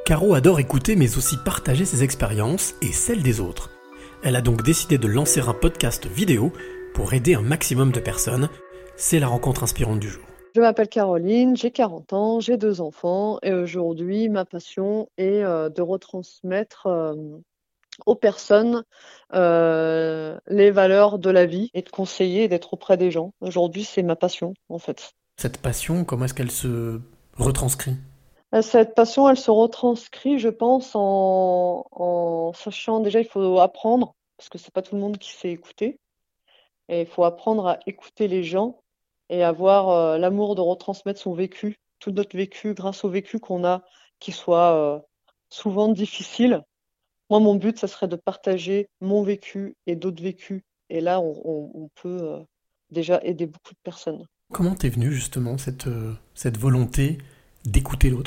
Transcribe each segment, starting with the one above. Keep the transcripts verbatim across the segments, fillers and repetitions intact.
Caro adore écouter mais aussi partager ses expériences et celles des autres. Elle a donc décidé de lancer un podcast vidéo pour aider un maximum de personnes. C'est la rencontre inspirante du jour. Je m'appelle Caroline, j'ai quarante ans, j'ai deux enfants et aujourd'hui ma passion est euh, de retransmettre euh, aux personnes euh, les valeurs de la vie et de conseiller et d'être auprès des gens. Aujourd'hui c'est ma passion en fait. Cette passion, comment est-ce qu'elle se retranscrit ? Euh, Cette passion elle se retranscrit je pense en, en sachant déjà il faut apprendre parce que c'est pas tout le monde qui sait écouter. Et il faut apprendre à écouter les gens et avoir euh, l'amour de retransmettre son vécu, tout notre vécu, grâce au vécu qu'on a, qui soit euh, souvent difficile. Moi, mon but, ça serait de partager mon vécu et d'autres vécus. Et là, on, on- on peut euh, déjà aider beaucoup de personnes. Comment t'es venue justement cette, euh, cette volonté d'écouter l'autre ?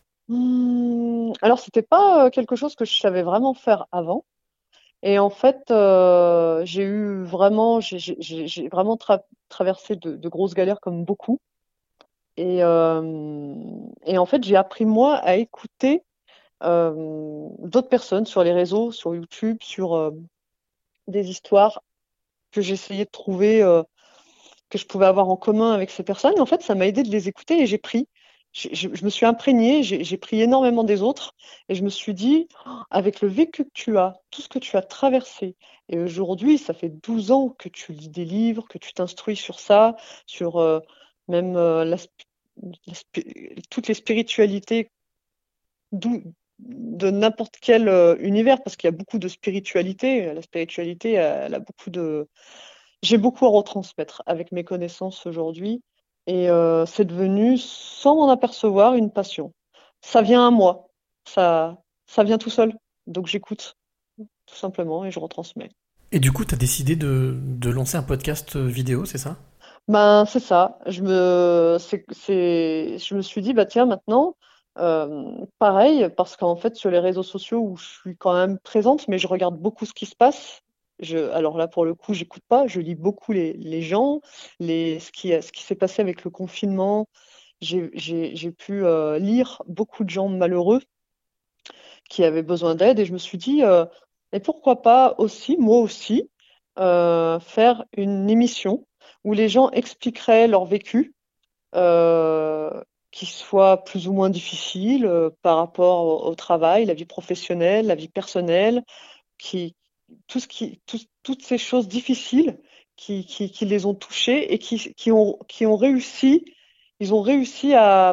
Hum, alors, c'était pas euh, quelque chose que je savais vraiment faire avant. Et en fait, euh, j'ai eu vraiment, j'ai j'ai- j'ai- j'ai vraiment tra- traversé de, de grosses galères comme beaucoup. Et, euh, et en fait, j'ai appris moi à écouter euh, d'autres personnes sur les réseaux, sur YouTube, sur euh, des histoires que j'essayais de trouver, euh, que je pouvais avoir en commun avec ces personnes. Et en fait, ça m'a aidé de les écouter et j'ai pris. j'ai- j'ai- Je me suis imprégnée, j'ai j'ai pris énormément des autres et je me suis dit, oh, avec le vécu que tu as, tout ce que tu as traversé, et aujourd'hui, ça fait douze ans que tu lis des livres, que tu t'instruis sur ça, sur euh, même euh, la sp- la spi- toutes les spiritualités d'où- de n'importe quel euh, univers, parce qu'il y a beaucoup de spiritualité. La spiritualité, elle a beaucoup de... J'ai beaucoup à retransmettre avec mes connaissances aujourd'hui, et euh, c'est devenu, sans m'en apercevoir, une passion. Ça vient à moi, ça, ça vient tout seul. Donc j'écoute, tout simplement, et je retransmets. Et du coup, t'as décidé de, de lancer un podcast vidéo, c'est ça ? Ben, c'est ça. Je me, c'est, c'est, je me suis dit, bah tiens, maintenant, euh, pareil, parce qu'en fait, sur les réseaux sociaux où je suis quand même présente, mais je regarde beaucoup ce qui se passe. Je, alors là, pour le coup, j'écoute pas, je lis beaucoup les, les gens, les, ce qui, ce qui s'est passé avec le confinement. J'ai, j'ai, j'ai pu euh, lire beaucoup de gens malheureux qui avaient besoin d'aide et je me suis dit, euh, et pourquoi pas aussi, moi aussi, euh, faire une émission où les gens expliqueraient leur vécu, euh, qui soit plus ou moins difficile euh, par rapport au, au travail, la vie professionnelle, la vie personnelle, qui, tout ce qui, tout- toutes ces choses difficiles qui, qui, qui les ont touchés et qui, qui ont, qui ont réussi, ils ont réussi à,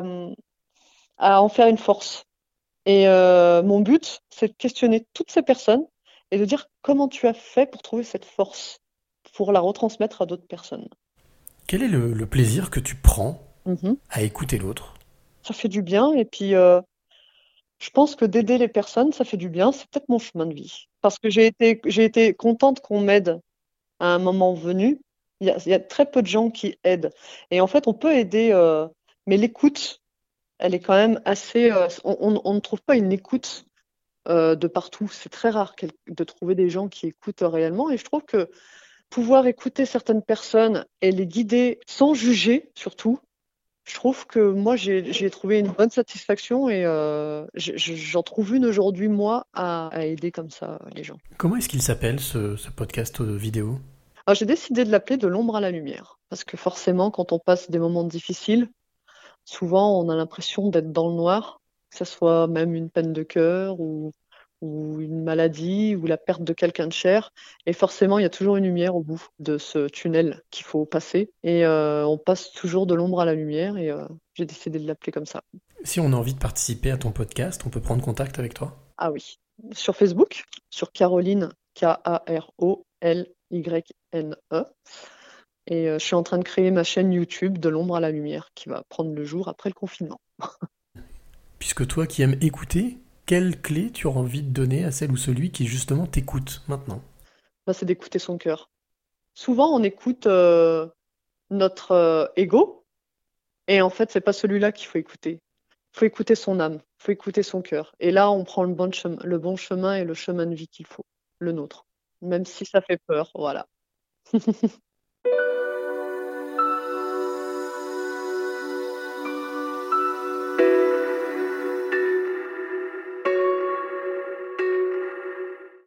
à en faire une force. Et euh, mon but, c'est de questionner toutes ces personnes et de dire comment tu as fait pour trouver cette force, pour la retransmettre à d'autres personnes. Quel est le, le plaisir que tu prends Mhm. à écouter l'autre ? Ça fait du bien. Et puis, euh, je pense que d'aider les personnes, ça fait du bien. C'est peut-être mon chemin de vie. Parce que j'ai été, j'ai été contente qu'on m'aide à un moment venu. Il y a, il y a très peu de gens qui aident. Et en fait, on peut aider, euh, mais l'écoute, elle est quand même assez. euh, on, on- on ne trouve pas une écoute euh, de partout. C'est très rare quel- de trouver des gens qui écoutent réellement. Et je trouve que pouvoir écouter certaines personnes et les guider sans juger, surtout, je trouve que moi, j'ai j'ai trouvé une bonne satisfaction et euh, je- je- j'en trouve une aujourd'hui, moi, à, à aider comme ça euh, les gens. Comment est-ce qu'il s'appelle ce, ce podcast vidéo ? Alors, j'ai décidé de l'appeler de l'ombre à la lumière. Parce que forcément, quand on passe des moments difficiles, souvent, on a l'impression d'être dans le noir, que ce soit même une peine de cœur ou, ou une maladie ou la perte de quelqu'un de cher. Et forcément, il y a toujours une lumière au bout de ce tunnel qu'il faut passer. Et euh, on passe toujours de l'ombre à la lumière et euh, j'ai décidé de l'appeler comme ça. Si on a envie de participer à ton podcast, on peut prendre contact avec toi ? Ah oui, sur Facebook, sur Caroline, K A R O L Y N E. Et euh, je suis en train de créer ma chaîne YouTube de l'ombre à la lumière qui va prendre le jour après le confinement. Puisque toi qui aimes écouter, quelle clé tu auras envie de donner à celle ou celui qui justement t'écoute maintenant ? Bah, c'est d'écouter son cœur. Souvent, on écoute euh, notre euh, ego, et en fait, c'est pas celui-là qu'il faut écouter. Il faut écouter son âme, il faut écouter son cœur. Et là, on prend le bon chemin, le bon chemin et le chemin de vie qu'il faut, le nôtre. Même si ça fait peur, voilà.